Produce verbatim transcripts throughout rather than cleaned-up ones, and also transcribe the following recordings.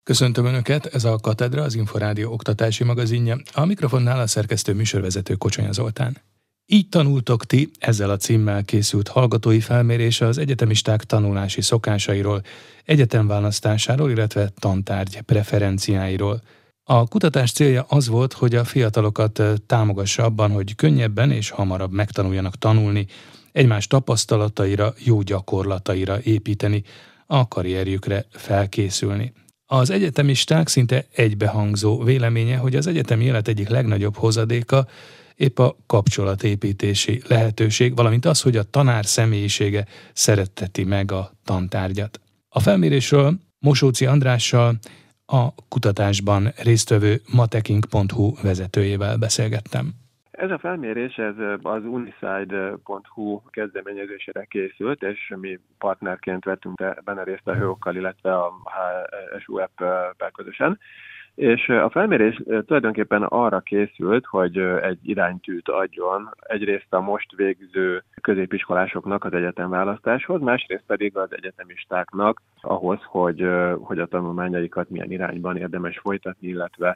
Köszöntöm Önöket, ez a Katedra, az Inforádió oktatási magazinja. A mikrofonnál a szerkesztő műsorvezető Kocsonya Zoltán. Így tanultok ti, ezzel a címmel készült hallgatói felmérés az egyetemisták tanulási szokásairól, egyetemválasztásáról, illetve tantárgy preferenciáiról. A kutatás célja az volt, hogy a fiatalokat támogassa abban, hogy könnyebben és hamarabb megtanuljanak tanulni, egymás tapasztalataira, jó gyakorlataira építeni, a karrierjükre felkészülni. Az egyetemisták szinte egybehangzó véleménye, hogy az egyetemi élet egyik legnagyobb hozadéka épp a kapcsolatépítési lehetőség, valamint az, hogy a tanár személyisége szeretteti meg a tantárgyat. A felmérésről Mosóczy Andrással, a kutatásban résztvevő mateking pont hu vezetőjével beszélgettem. Ez a felmérés ez az uniside pont hu kezdeményezésére készült, és mi partnerként vettünk benne részt a hőokkal, illetve a há es u é-vel közösen. És a felmérés tulajdonképpen arra készült, hogy egy iránytűt adjon egyrészt a most végző középiskolásoknak az egyetemválasztáshoz, másrészt pedig az egyetemistáknak ahhoz, hogy, hogy a tanulmányaikat milyen irányban érdemes folytatni, illetve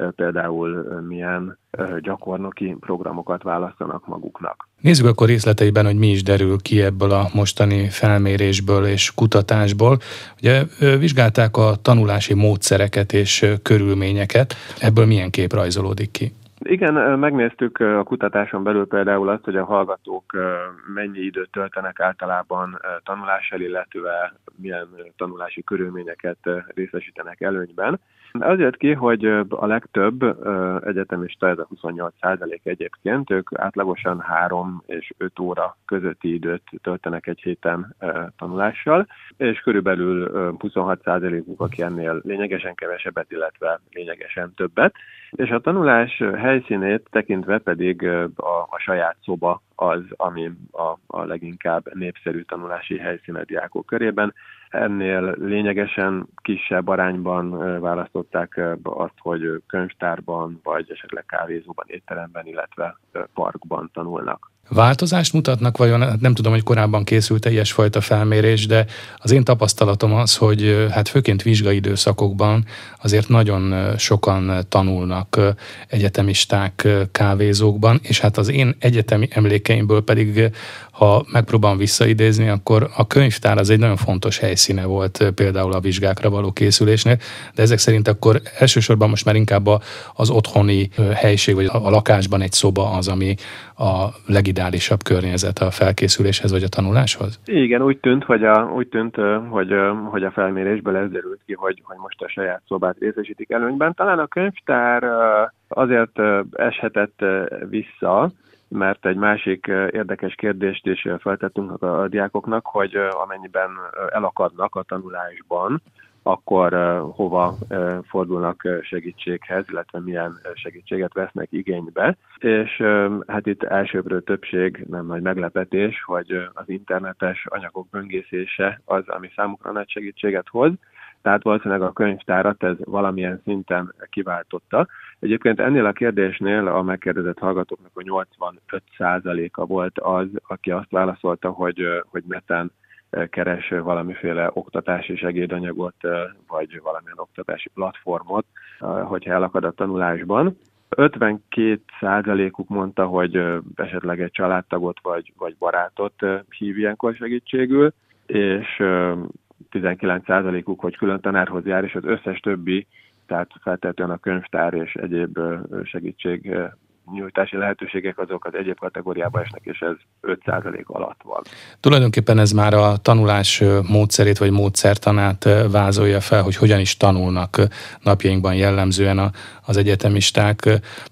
például milyen gyakornoki programokat választanak maguknak. Nézzük akkor részleteiben, hogy mi is derül ki ebből a mostani felmérésből és kutatásból. Ugye vizsgálták a tanulási módszereket és körülményeket, ebből milyen kép rajzolódik ki? Igen, megnéztük a kutatáson belül például azt, hogy a hallgatók mennyi időt töltenek általában tanulással, illetve milyen tanulási körülményeket részesítenek előnyben. Az jött ki, hogy a legtöbb egyetemista, ez a huszonnyolc százalék egyébként, ők átlagosan három és öt óra közötti időt töltenek egy héten tanulással, és körülbelül huszonhat százalékuk, aki ennél lényegesen kevesebbet, illetve lényegesen többet. És a tanulás helyszínét tekintve pedig a, a saját szoba az, ami a, a leginkább népszerű tanulási helyszín a diákok körében. Ennél lényegesen kisebb arányban választották azt, hogy könyvtárban, vagy esetleg kávézóban, étteremben, illetve parkban tanulnak. Változást mutatnak vajon? Nem tudom, hogy korábban készült-e ilyesfajta felmérés, de az én tapasztalatom az, hogy hát főként vizsgai időszakokban azért nagyon sokan tanulnak egyetemisták kávézókban, és hát az én egyetemi emlékeimből pedig, ha megpróbálom visszaidézni, akkor a könyvtár az egy nagyon fontos helyszíne volt például a vizsgákra való készülésnél, de ezek szerint akkor elsősorban most már inkább az otthoni helység, vagy a lakásban egy szoba az, ami a legideálisabb környezet a felkészüléshez vagy a tanuláshoz? Igen, úgy tűnt, hogy a, úgy tűnt, hogy, hogy a felmérésből ez derült ki, hogy, hogy most a saját szobát részesítik előnyben. Talán a könyvtár azért eshetett vissza, mert egy másik érdekes kérdést is feltettünk a diákoknak, hogy amennyiben elakadnak a tanulásban, akkor uh, hova uh, fordulnak segítséghez, illetve milyen segítséget vesznek igénybe. És uh, hát itt elsőbről többség, nem nagy meglepetés, hogy uh, az internetes anyagok böngészése az, ami számukra nagy segítséget hoz. Tehát valószínűleg a könyvtárat ez valamilyen szinten kiváltotta. Egyébként ennél a kérdésnél a megkérdezett hallgatóknak a nyolcvanöt százaléka volt az, aki azt válaszolta, hogy, uh, hogy neten keres valamiféle oktatási segédanyagot, vagy valamilyen oktatási platformot, hogyha elakad a tanulásban. ötvenkét százalékuk mondta, hogy esetleg egy családtagot vagy, vagy barátot hív ilyenkor segítségül, és tizenkilenc százalékuk, hogy külön tanárhoz jár, és az összes többi, tehát feltétlenül a könyvtár és egyéb segítség nyújtási lehetőségek azok az egyéb kategóriába esnek, és ez öt százalék alatt van. Tulajdonképpen ez már a tanulás módszerét vagy módszertanát vázolja fel, hogy hogyan is tanulnak napjainkban jellemzően a, az egyetemisták.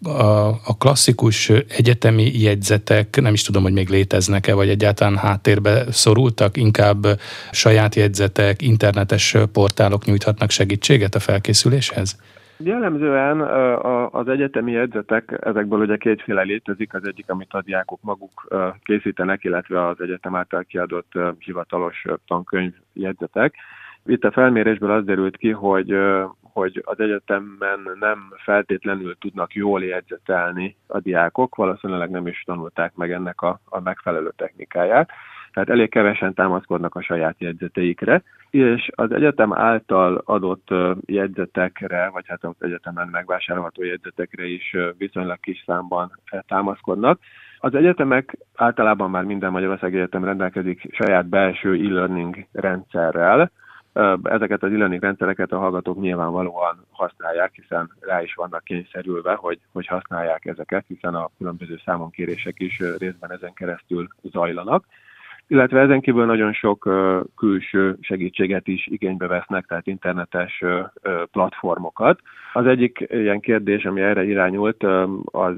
A, a klasszikus egyetemi jegyzetek, nem is tudom, hogy még léteznek-e, vagy egyáltalán háttérbe szorultak, inkább saját jegyzetek, internetes portálok nyújthatnak segítséget a felkészüléshez? Jellemzően az egyetemi jegyzetek, ezekből ugye kétféle létezik, az egyik, amit a diákok maguk készítenek, illetve az egyetem által kiadott hivatalos tankönyvjegyzetek. Itt a felmérésből az derült ki, hogy, hogy az egyetemen nem feltétlenül tudnak jól jegyzetelni a diákok, valószínűleg nem is tanulták meg ennek a, a megfelelő technikáját. Tehát elég kevesen támaszkodnak a saját jegyzeteikre, és az egyetem által adott jegyzetekre, vagy hát az egyetemen megvásárolható jegyzetekre is viszonylag kis számban támaszkodnak. Az egyetemek általában már minden Magyarországi Egyetem rendelkezik saját belső e-learning rendszerrel. Ezeket az e-learning rendszereket a hallgatók nyilvánvalóan használják, hiszen rá is vannak kényszerülve, hogy, hogy használják ezeket, hiszen a különböző számonkérések is részben ezen keresztül zajlanak. Illetve ezen kívül nagyon sok külső segítséget is igénybe vesznek, tehát internetes platformokat. Az egyik ilyen kérdés, ami erre irányult, az,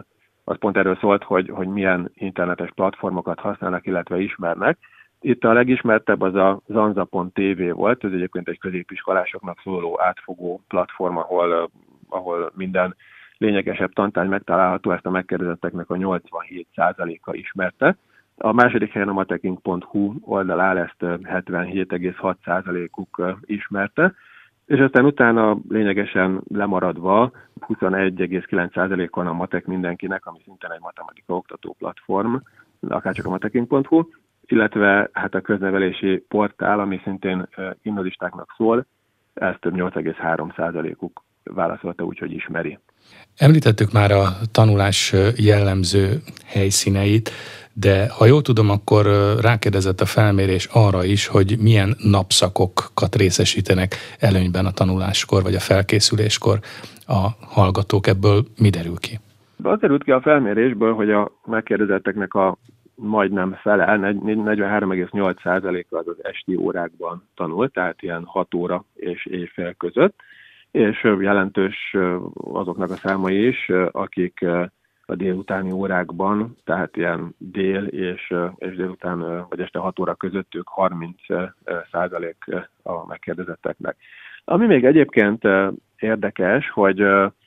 az pont erről szólt, hogy, hogy milyen internetes platformokat használnak, illetve ismernek. Itt a legismertebb az a zanza pont té vé volt, ez egyébként egy középiskolásoknak szóló átfogó platform, ahol, ahol minden lényegesebb tantárgy megtalálható, ezt a megkérdezetteknek a nyolcvanhét százaléka ismerte. A második helyen a mateking pont hu oldal áll, ezt hetvenhét egész hat százalékuk ismerte, és aztán utána lényegesen lemaradva huszonegy egész kilenc százalékon a matek mindenkinek, ami szintén egy matematika oktató platform, akárcsak a mateking pont hu, illetve hát a köznevelési portál, ami szintén gimnazistáknak szól, ezt nyolc egész három százalékuk válaszolta, úgyhogy ismeri. Említettük már a tanulás jellemző helyszíneit, de ha jól tudom, akkor rákérdezett a felmérés arra is, hogy milyen napszakokat részesítenek előnyben a tanuláskor, vagy a felkészüléskor a hallgatók. Ebből mi derül ki? Az derült ki a felmérésből, hogy a megkérdezetteknek a majdnem fele, negyvenhárom egész nyolc százaléka az az esti órákban tanul, tehát ilyen hat óra és éjfél között, és jelentős azoknak a számai is, akik a délutáni órákban, tehát ilyen dél és, és délután, vagy este hat óra között ők harminc százalék a megkérdezetteknek. Ami még egyébként érdekes, hogy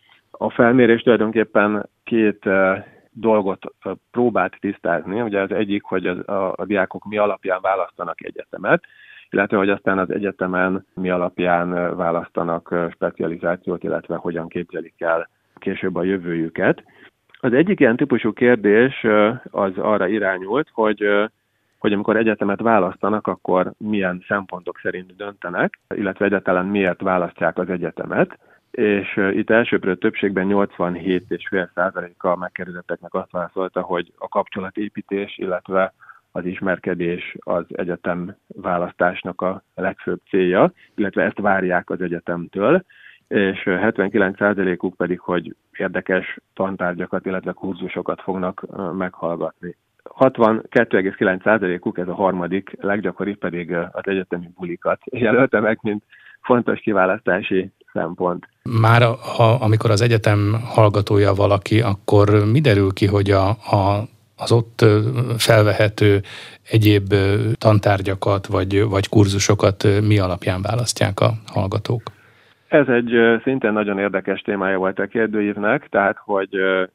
a felmérés tulajdonképpen két dolgot próbált tisztázni. Ugye az egyik, hogy az, a, a diákok mi alapján választanak egyetemet, illetve hogy aztán az egyetemen mi alapján választanak specializációt, illetve hogyan képzelik el később a jövőjüket. Az egyik ilyen típusú kérdés az arra irányult, hogy, hogy amikor egyetemet választanak, akkor milyen szempontok szerint döntenek, illetve egyáltalán miért választják az egyetemet. És itt elsőprő többségben nyolcvanhét egész öt százaléka a megkérdezetteknek azt válaszolta, hogy a kapcsolatépítés, illetve az ismerkedés az egyetem választásnak a legfőbb célja, illetve ezt várják az egyetemtől, és hetvenkilenc százalékuk pedig, hogy érdekes tantárgyakat, illetve kurzusokat fognak meghallgatni. hatvankettő egész kilenc százalékuk, ez a harmadik leggyakoribb, pedig az egyetemi bulikat jelölte meg, mint fontos kiválasztási szempont. Már a, a, amikor az egyetem hallgatója valaki, akkor mi derül ki, hogy a, a, az ott felvehető egyéb tantárgyakat vagy, vagy kurzusokat mi alapján választják a hallgatók? Ez egy szintén nagyon érdekes témája volt a kérdőívnek, tehát hogy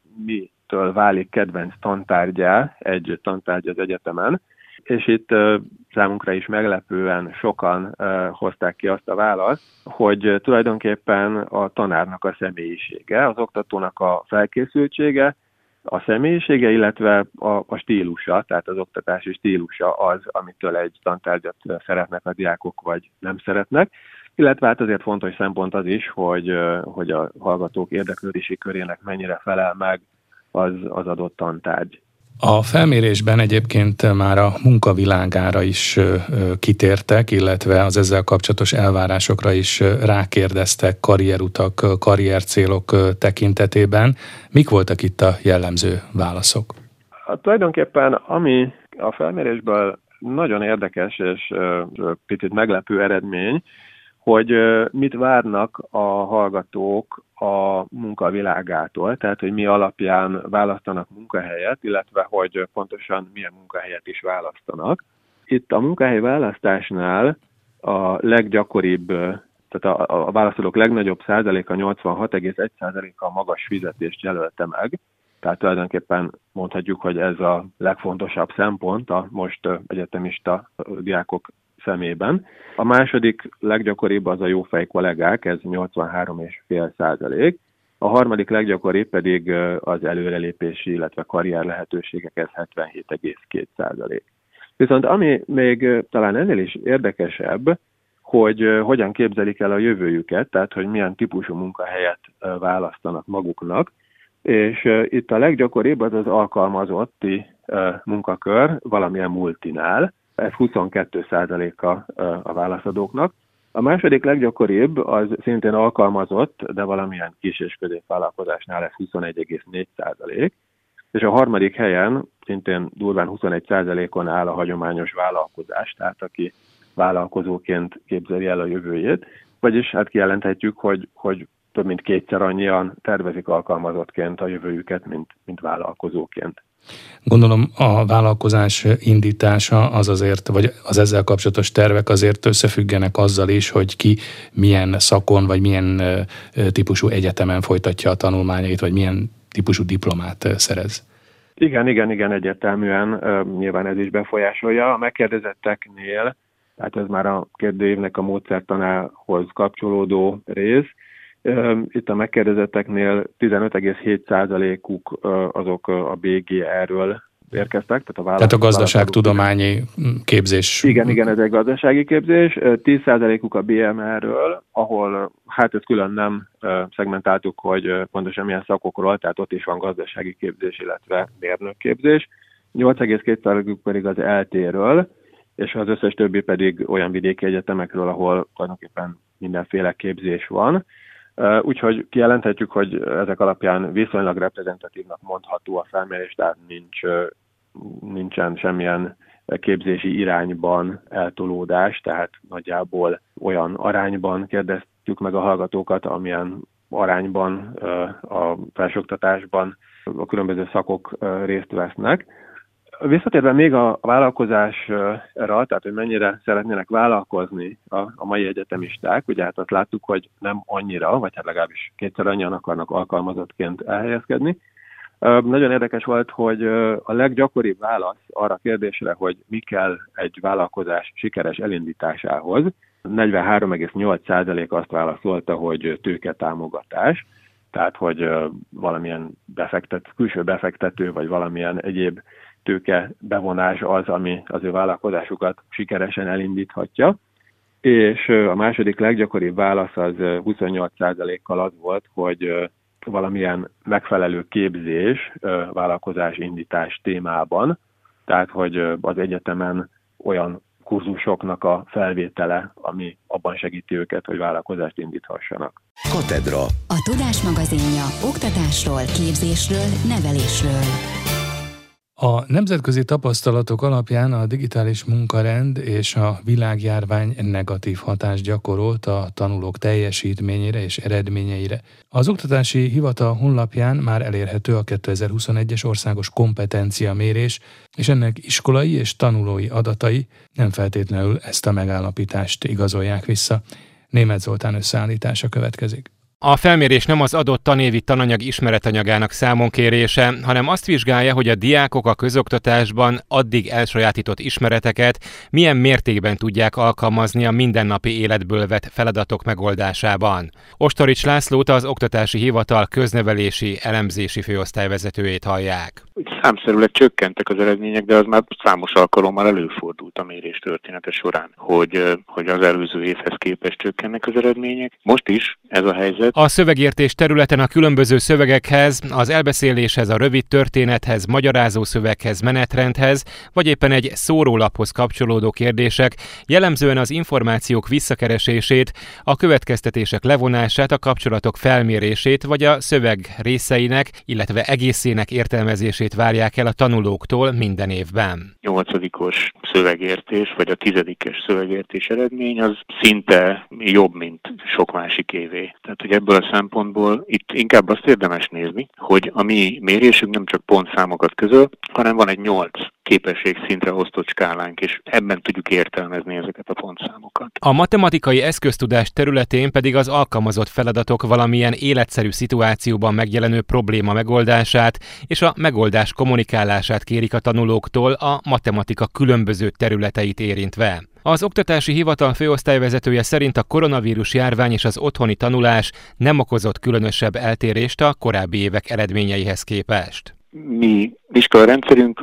mitől válik kedvenc tantárgyá egy tantárgy az egyetemen, és itt számunkra is meglepően sokan hozták ki azt a választ, hogy tulajdonképpen a tanárnak a személyisége, az oktatónak a felkészültsége, a személyisége, illetve a, a stílusa, tehát az oktatási stílusa az, amitől egy tantárgyat szeretnek a diákok, vagy nem szeretnek. Illetve hát azért fontos szempont az is, hogy, hogy a hallgatók érdeklődési körének mennyire felel meg az, az adott tantárgy. A felmérésben egyébként már a munkavilágára is kitértek, illetve az ezzel kapcsolatos elvárásokra is rákérdeztek karrierutak, karriercélok tekintetében. Mik voltak itt a jellemző válaszok? Hát tulajdonképpen ami a felmérésből nagyon érdekes és picit meglepő eredmény, hogy mit várnak a hallgatók a munkavilágától, tehát hogy mi alapján választanak munkahelyet, illetve hogy pontosan milyen munkahelyet is választanak. Itt a munkahely választásnál a leggyakoribb, tehát a, a válaszolók legnagyobb százaléka, nyolcvanhat egész egy százaléka a magas fizetést jelölte meg, tehát tulajdonképpen mondhatjuk, hogy ez a legfontosabb szempont a most egyetemista diákok szemében. A második leggyakoribb az a jófej kollégák, ez nyolcvanhárom egész öt százalék. A harmadik leggyakoribb pedig az előrelépési, illetve karrier lehetőségek, ez hetvenhét egész két százalék. Viszont ami még talán ennél is érdekesebb, hogy hogyan képzelik el a jövőjüket, tehát hogy milyen típusú munkahelyet választanak maguknak, és itt a leggyakoribb az az alkalmazotti munkakör valamilyen multinál, ez huszonkettő százaléka a válaszadóknak. A második leggyakoribb az szintén alkalmazott, de valamilyen kis és középvállalkozásnál ez huszonegy egész négy százalék, és a harmadik helyen szintén durván huszonegy százalékon áll a hagyományos vállalkozás, tehát aki vállalkozóként képzeli el a jövőjét, vagyis hát kijelenthetjük, hogy, hogy több mint kétszer annyian tervezik alkalmazottként a jövőjüket, mint, mint vállalkozóként. Gondolom a vállalkozás indítása az azért, vagy az ezzel kapcsolatos tervek azért összefüggenek azzal is, hogy ki milyen szakon, vagy milyen típusú egyetemen folytatja a tanulmányait, vagy milyen típusú diplomát szerez. Igen, igen, igen, egyértelműen nyilván ez is befolyásolja. A megkérdezetteknél, tehát ez már a kérdőívnek a módszertanához kapcsolódó rész, itt a megkérdezetteknél tizenöt egész hét százalékuk azok a bé gé er-ről érkeztek. Tehát a, válasz, tehát a gazdaságtudományi képzés. Igen, igen, ez egy gazdasági képzés. tíz százalékuk a bé em er-ről, ahol hát ezt külön nem szegmentáltuk, hogy pontosan milyen szakokról, tehát ott is van gazdasági képzés, illetve mérnökképzés. nyolc egész két százalékuk pedig az el té-ről, és az összes többi pedig olyan vidéki egyetemekről, ahol tulajdonképpen mindenféle képzés van. Úgyhogy kijelenthetjük, hogy ezek alapján viszonylag reprezentatívnak mondható a felmérés, tehát nincs, nincsen semmilyen képzési irányban eltolódás, tehát nagyjából olyan arányban kérdeztük meg a hallgatókat, amilyen arányban a felsőoktatásban a különböző szakok részt vesznek. Visszatérve még a vállalkozásra, tehát hogy mennyire szeretnének vállalkozni a, a mai egyetemisták, ugye hát azt láttuk, hogy nem annyira, vagy hát legalábbis kétszer annyian akarnak alkalmazottként elhelyezkedni. Nagyon érdekes volt, hogy a leggyakoribb válasz arra a kérdésre, hogy mi kell egy vállalkozás sikeres elindításához, negyvenhárom egész nyolc százalék azt válaszolta, hogy tőketámogatás, tehát hogy valamilyen befektet, külső befektető, vagy valamilyen egyéb tőke bevonás az, ami az ő vállalkozásukat sikeresen elindíthatja. És a második leggyakoribb válasz az huszonnyolc százalékkal az volt, hogy valamilyen megfelelő képzés vállalkozás indítás témában, tehát hogy az egyetemen olyan kurzusoknak a felvétele, ami abban segíti őket, hogy vállalkozást indíthassanak. Katedra. A Tudás magazinja oktatásról, képzésről, nevelésről. A nemzetközi tapasztalatok alapján a digitális munkarend és a világjárvány negatív hatást gyakorolt a tanulók teljesítményére és eredményeire. Az Oktatási Hivatal honlapján már elérhető a kétezer-huszonegyes országos kompetenciamérés, és ennek iskolai és tanulói adatai nem feltétlenül ezt a megállapítást igazolják vissza. Németh Zoltán összeállítása következik. A felmérés nem az adott tanévi tananyag ismeretanyagának számonkérése, hanem azt vizsgálja, hogy a diákok a közoktatásban addig elsajátított ismereteket milyen mértékben tudják alkalmazni a mindennapi életből vett feladatok megoldásában. Ostorics Lászlót, az Oktatási Hivatal köznevelési elemzési főosztályvezetőjét hallják. Számszerűleg csökkentek az eredmények, de az már számos alkalommal előfordult a mérés története során, hogy, hogy az előző évhez képest csökkennek az eredmények. Most is ez a helyzet. A szövegértés területen a különböző szövegekhez, az elbeszéléshez, a rövid történethez, magyarázó szöveghez, menetrendhez, vagy éppen egy szórólaphoz kapcsolódó kérdések, jellemzően az információk visszakeresését, a következtetések levonását, a kapcsolatok felmérését, vagy a szöveg részeinek, illetve egészének értelmezését várják el a tanulóktól minden évben. Nyolcadikos szövegértés, vagy a tizedikes szövegértés eredmény az szinte jobb, mint sok másik évé. Tehát, hogy ebből a szempontból itt inkább azt érdemes nézni, hogy a mi mérésünk nem csak pontszámokat közöl, hanem van egy nyolc képességszintre osztott skálánk, és ebben tudjuk értelmezni ezeket a pontszámokat. A matematikai eszköztudás területén pedig az alkalmazott feladatok valamilyen életszerű szituációban megjelenő probléma megoldását és a megoldás kommunikálását kérik a tanulóktól a matematika különböző területeit érintve. Az Oktatási Hivatal főosztályvezetője szerint a koronavírus járvány és az otthoni tanulás nem okozott különösebb eltérést a korábbi évek eredményeihez képest. Mi iskolarendszerünk az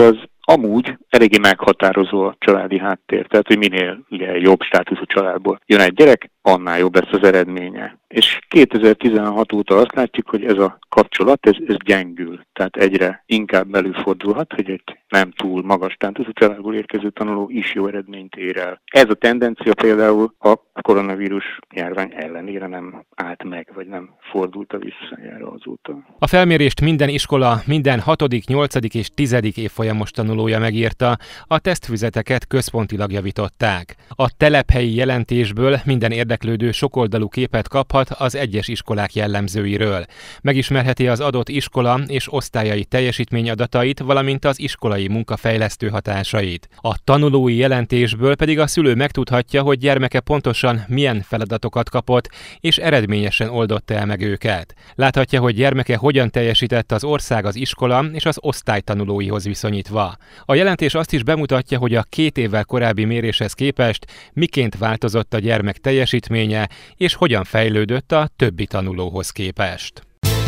amúgy eléggé meghatározó a családi háttér, tehát hogy minél ugye, jobb státuszú családból jön egy gyerek, annál jobb lesz az eredménye. És kétezer-tizenhat óta azt látjuk, hogy ez a kapcsolat, ez, ez gyengül. Tehát egyre inkább előfordulhat, hogy egy nem túl magas státuszú családból érkező tanuló is jó eredményt ér el. Ez a tendencia például a koronavírus járvány ellenére nem állt meg, vagy nem fordult a visszajára azóta. A felmérést minden iskola, minden hatodik, nyolcadik és tizedik évfolyamos tanulója megírta, a tesztfüzeteket központilag javították. A telephelyi jelentésből minden érdeklődő sokoldalú képet kaphat az egyes iskolák jellemzőiről. Megismerheti az adott iskola és osztályai teljesítményadatait, valamint az iskolai munkafejlesztő hatásait. A tanulói jelentésből pedig a szülő megtudhatja, hogy gyermeke pontosan milyen feladatokat kapott, és eredményesen oldotta el meg őket. Láthatja, hogy gyermeke hogyan teljesített az ország, az iskola és az osztály tanulóihoz viszonyítva. A jelentés azt is bemutatja, hogy a két évvel korábbi méréshez képest miként változott a gyermek teljesítménye, és hogyan fejlődött a többi tanulóhoz képest.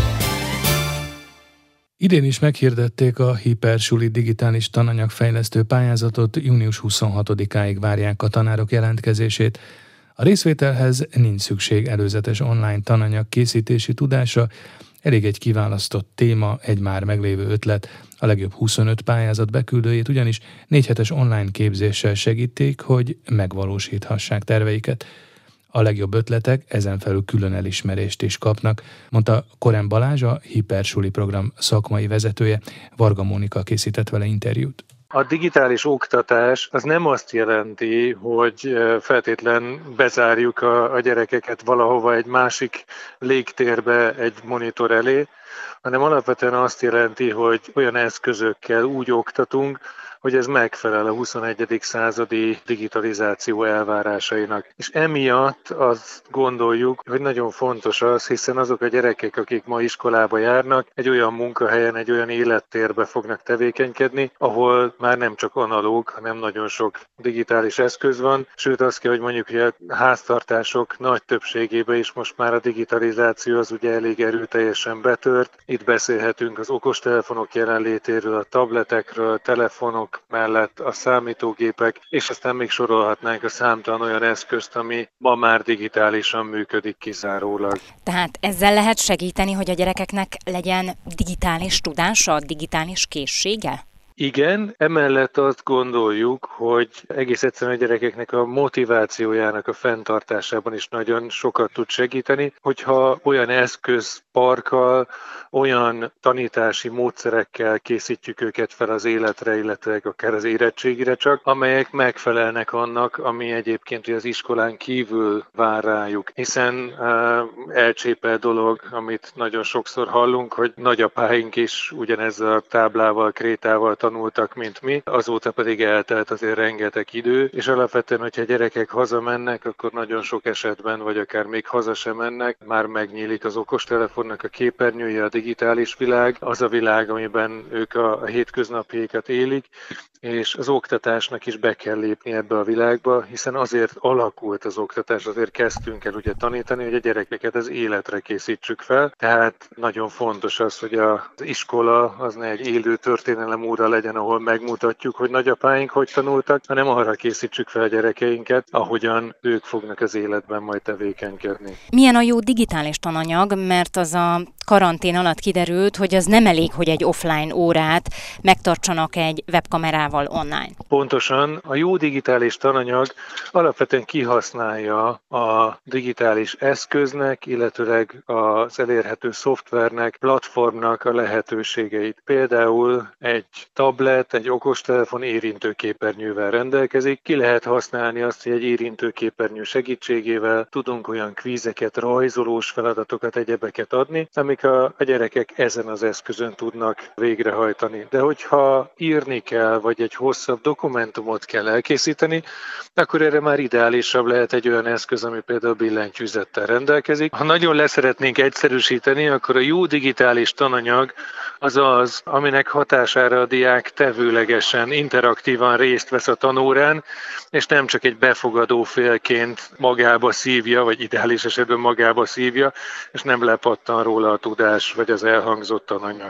Idén is meghirdették a Hipersuli digitális tananyagfejlesztő pályázatot, június huszonhatodikáig várják a tanárok jelentkezését. A részvételhez nincs szükség előzetes online tananyag készítési tudásra, elég egy kiválasztott téma, egy már meglévő ötlet. A legjobb huszonöt pályázat beküldőjét ugyanis négy hetes online képzéssel segítik, hogy megvalósíthassák terveiket. A legjobb ötletek ezen felül külön elismerést is kapnak, mondta Korán Balázs, a Hipersuli program szakmai vezetője. Varga Mónika készített vele interjút. A digitális oktatás az nem azt jelenti, hogy feltétlen bezárjuk a, a gyerekeket valahova egy másik légtérbe egy monitor elé, hanem alapvetően azt jelenti, hogy olyan eszközökkel úgy oktatunk, hogy ez megfelel a huszonegyedik századi digitalizáció elvárásainak. És emiatt azt gondoljuk, hogy nagyon fontos az, hiszen azok a gyerekek, akik ma iskolába járnak, egy olyan munkahelyen, egy olyan élettérbe fognak tevékenykedni, ahol már nem csak analóg, hanem nagyon sok digitális eszköz van, sőt azt kell, hogy mondjuk, hogy a háztartások nagy többségében is most már a digitalizáció az ugye elég erőteljesen betört. Itt beszélhetünk az okostelefonok jelenlétéről, a tabletekről, telefonok mellett a számítógépek, és aztán még sorolhatnánk a számtalan olyan eszközt, ami ma már digitálisan működik kizárólag. Tehát ezzel lehet segíteni, hogy a gyerekeknek legyen digitális tudása, digitális készsége? Igen, emellett azt gondoljuk, hogy egész egyszerűen a gyerekeknek a motivációjának a fenntartásában is nagyon sokat tud segíteni, hogyha olyan eszközparkkal, olyan tanítási módszerekkel készítjük őket fel az életre, illetve akár az érettségire csak, amelyek megfelelnek annak, ami egyébként az iskolán kívül vár rájuk. Hiszen uh, elcsépel dolog, amit nagyon sokszor hallunk, hogy nagyapáink is ugyanezzel a táblával, krétával tanultak, mint mi, azóta pedig eltelt azért rengeteg idő, és alapvetően, hogyha gyerekek hazamennek, akkor nagyon sok esetben, vagy akár még haza sem mennek, már megnyílik az okostelefonnak a képernyője, a digitális világ, az a világ, amiben ők a, a hétköznapjaikat élik, és az oktatásnak is be kell lépni ebbe a világba, hiszen azért alakult az oktatás, azért kezdtünk el ugye tanítani, hogy a gyerekeket az életre készítsük fel, tehát nagyon fontos az, hogy az iskola az ne egy élő történelem óra legyen, ahol megmutatjuk, hogy nagyapáink hogy tanultak, hanem arra készítsük fel a gyerekeinket, ahogyan ők fognak az életben majd tevékenykedni. Milyen a jó digitális tananyag, mert az a karantén alatt kiderült, hogy az nem elég, hogy egy offline órát megtartsanak egy webkamerával online. Pontosan, a jó digitális tananyag alapvetően kihasználja a digitális eszköznek, illetőleg az elérhető szoftvernek, platformnak a lehetőségeit. Például egy tablet, egy okostelefon érintőképernyővel rendelkezik. Ki lehet használni azt, hogy egy érintőképernyő segítségével tudunk olyan kvízeket, rajzolós feladatokat, egyebeket adni, amik a, a gyerekek ezen az eszközön tudnak végrehajtani. De hogyha írni kell, vagy egy hosszabb dokumentumot kell elkészíteni, akkor erre már ideálisabb lehet egy olyan eszköz, ami például billentyűzettel rendelkezik. Ha nagyon leszeretnénk egyszerűsíteni, akkor a jó digitális tananyag az az, aminek hatására a diák tevőlegesen, interaktívan részt vesz a tanórán, és nem csak egy befogadó félként magába szívja, vagy ideális esetben magába szívja, és nem lepattan róla a tudás, vagy az elhangzott tananyag.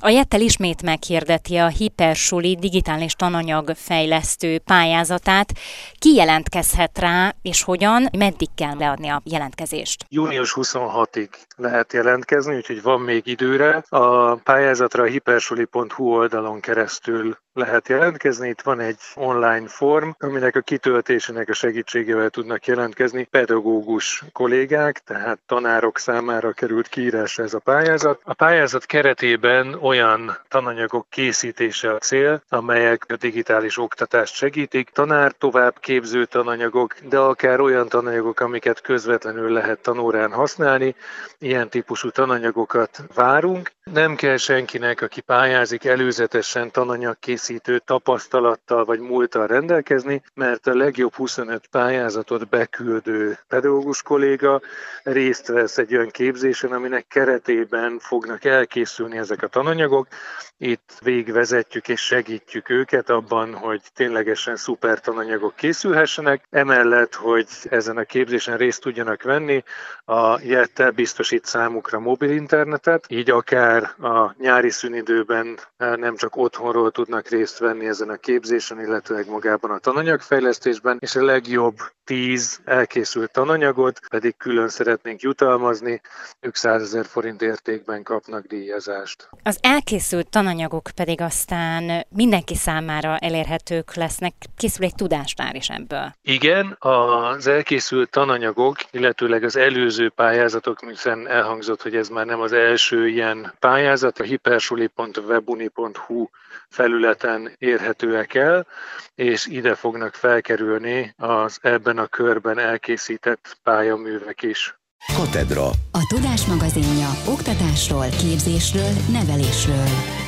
A Jettel ismét meghirdeti a Hipersuli digitális tananyag fejlesztő pályázatát. Ki jelentkezhet rá, és hogyan, meddig kell leadni a jelentkezést? június huszonhatodikáig lehet jelentkezni, úgyhogy van még időre. A pályázatra a hipersuli pont hu oldalon keresztül lehet jelentkezni. Itt van egy online form, aminek a kitöltésének a segítségével tudnak jelentkezni pedagógus kollégák, tehát tanárok számára került kiírásra ez a pályázat. A pályázat keretében olyan tananyagok készítése a cél, amelyek a digitális oktatást segítik, tanár továbbképző tananyagok, de akár olyan tananyagok, amiket közvetlenül lehet tanórán használni. Ilyen típusú tananyagokat várunk. Nem kell senkinek, aki pályázik, előzetesen tananyagkészítő tapasztalattal vagy múlttal rendelkezni, mert a legjobb huszonöt pályázatot beküldő pedagógus kolléga részt vesz egy olyan képzésen, aminek keretében fognak elkészülni ezek a tananyagok. Itt végigvezetjük és segítjük őket abban, hogy ténylegesen szuper tananyagok készülhessenek. Emellett, hogy ezen a képzésen részt tudjanak venni, a Jettel biztosít számukra mobil internetet, így akár a nyári szünidőben nem csak otthonról tudnak részt venni ezen a képzésen, illetőleg magában a tananyagfejlesztésben, és a legjobb tíz elkészült tananyagot pedig külön szeretnénk jutalmazni, ők százezer forint értékben kapnak díjazást. Az elkészült tananyagok pedig aztán mindenki számára elérhetők lesznek, készül egy tudástár is ebből. Igen, az elkészült tananyagok, illetőleg az előző pályázatok, hiszen elhangzott, hogy ez már nem az első ilyen pályázat, a hipersuli pont webuni pont hu felületen érhetőek el, és ide fognak felkerülni az ebben a körben elkészített pályaművek is. Katedra. A Tudás magazinja oktatásról, képzésről, nevelésről.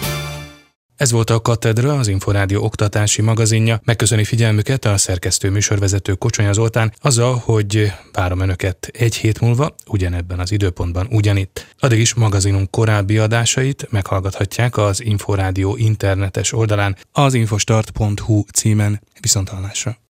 Ez volt a Katedra, az Inforádió oktatási magazinja. Megköszöni figyelmüket a szerkesztő műsorvezető Kocsonya Zoltán, azzal, hogy várom önöket egy hét múlva, ugyanebben az időpontban ugyanitt. Addig is magazinunk korábbi adásait meghallgathatják az Inforádió internetes oldalán, az infostart pont hu címen. Viszonthallásra.